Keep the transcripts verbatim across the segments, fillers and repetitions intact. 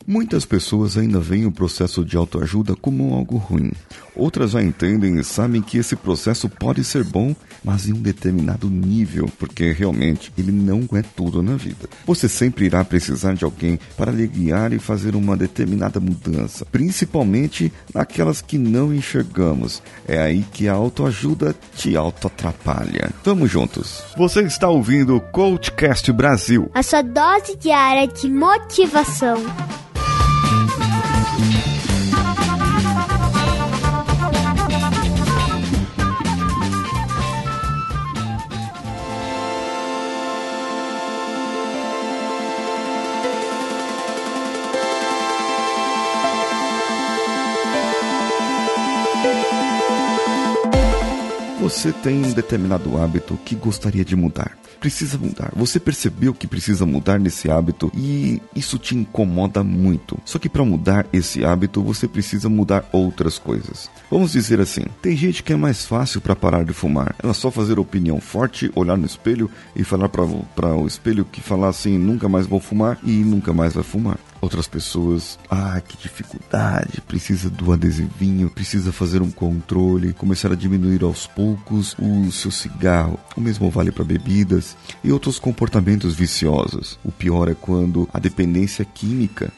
Muitas pessoas ainda veem o processo de autoajuda como algo ruim. Outras já entendem e sabem que esse processo pode ser bom, mas em um determinado nível, porque realmente ele não é tudo na vida. Você sempre irá precisar de alguém para lhe guiar e fazer uma determinada mudança, principalmente naquelas que não enxergamos. É aí que a autoajuda te auto-atrapalha. Tamo juntos. Você está ouvindo o CoachCast Brasil, a sua dose diária de motivação. Você tem um determinado hábito que gostaria de mudar. Precisa mudar. Você percebeu que precisa mudar nesse hábito e isso te incomoda muito. Só que para mudar esse hábito, você precisa mudar outras coisas. Vamos dizer assim, tem gente que é mais fácil para parar de fumar. Ela só fazer opinião forte, olhar no espelho e falar para o espelho que falar assim, nunca mais vou fumar e nunca mais vai fumar. Outras pessoas, ah, que dificuldade, precisa do adesivinho, precisa fazer um controle, começar a diminuir aos poucos o seu cigarro. O mesmo vale para bebidas e outros comportamentos viciosos. O pior é quando a dependência química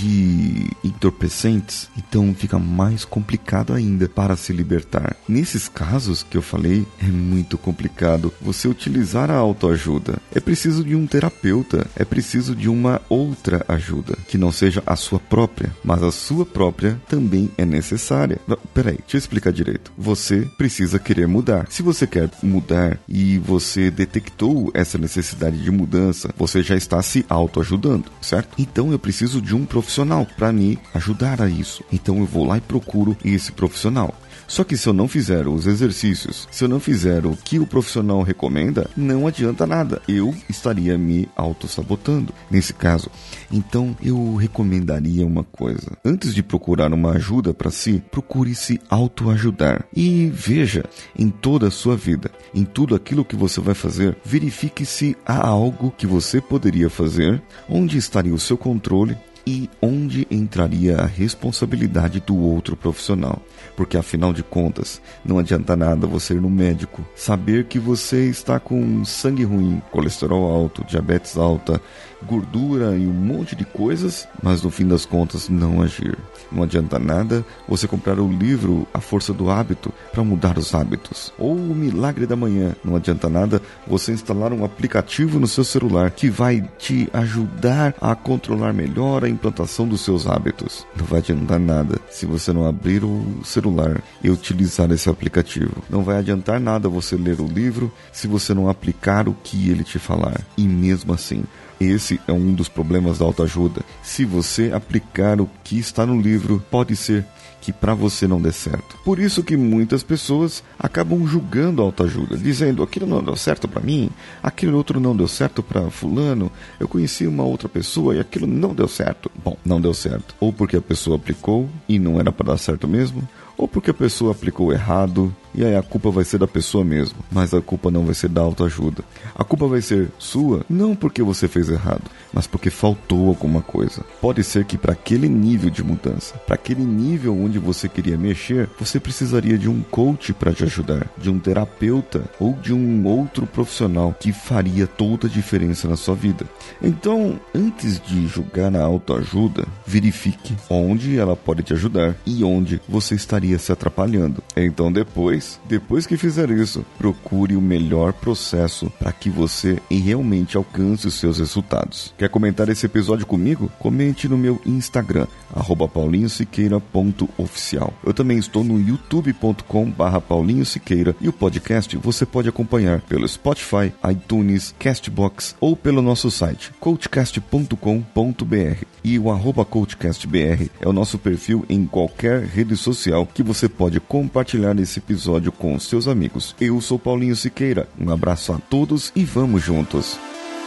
de entorpecentes, então fica mais complicado ainda para se libertar. Nesses casos que eu falei, é muito complicado você utilizar a autoajuda. É preciso de um terapeuta, é preciso de uma outra ajuda, que não seja a sua própria, mas a sua própria também é necessária. Não, peraí, deixa eu explicar direito. Você precisa querer mudar. Se você quer mudar e você detectou essa necessidade de mudança, você já está se autoajudando, certo? Então eu preciso de um profissional para me ajudar a isso. Então eu vou lá e procuro esse profissional. Só que se eu não fizer os exercícios, se eu não fizer o que o profissional recomenda, não adianta nada. Eu estaria me auto-sabotando nesse caso. Então eu recomendaria uma coisa. Antes de procurar uma ajuda para si, procure se autoajudar. E veja em toda a sua vida, em tudo aquilo que você vai fazer, verifique se há algo que você poderia fazer, onde estaria o seu controle, e onde entraria a responsabilidade do outro profissional. Porque afinal de contas, não adianta nada você ir no médico, saber que você está com sangue ruim, colesterol alto, diabetes alta, gordura e um monte de coisas, mas no fim das contas não agir. Não adianta nada você comprar o livro A Força do Hábito para mudar os hábitos. Ou o Milagre da Manhã. Não adianta nada você instalar um aplicativo no seu celular que vai te ajudar a controlar melhor a implantação dos seus hábitos. Não vai adiantar nada se você não abrir o celular e utilizar esse aplicativo. Não vai adiantar nada você ler o livro se você não aplicar o que ele te falar. E mesmo assim, esse é um dos problemas da autoajuda. Se você aplicar o que está no livro, pode ser que para você não dê certo. Por isso que muitas pessoas acabam julgando a autoajuda, dizendo aquilo não deu certo para mim, aquele outro não deu certo para fulano, eu conheci uma outra pessoa e aquilo não deu certo. Bom, não deu certo. Ou porque a pessoa aplicou e não era para dar certo mesmo, ou porque a pessoa aplicou errado, e aí a culpa vai ser da pessoa mesmo, mas a culpa não vai ser da autoajuda. A culpa vai ser sua, não porque você fez errado, mas porque faltou alguma coisa. Pode ser que para aquele nível de mudança, para aquele nível onde você queria mexer, você precisaria de um coach para te ajudar, de um terapeuta ou de um outro profissional que faria toda a diferença na sua vida. Então, antes de julgar a autoajuda, verifique onde ela pode te ajudar e onde você estaria se atrapalhando. Então depois, depois que fizer isso, procure o melhor processo para que você realmente alcance os seus resultados. Quer comentar esse episódio comigo? Comente no meu Instagram, arroba paulinho siqueira ponto oficial. Eu também estou no youtube ponto com barra paulinho siqueira e o podcast você pode acompanhar pelo Spotify, iTunes, Castbox ou pelo nosso site coachcast ponto com ponto br. E o arroba coachcastbr é o nosso perfil em qualquer rede social que você pode compartilhar esse episódio com seus amigos. Eu sou Paulinho Siqueira, um abraço a todos e vamos juntos!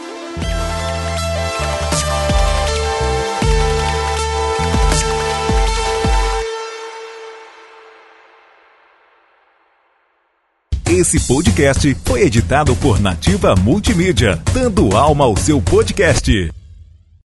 Esse podcast foi editado por Nativa Multimídia, dando alma ao seu podcast.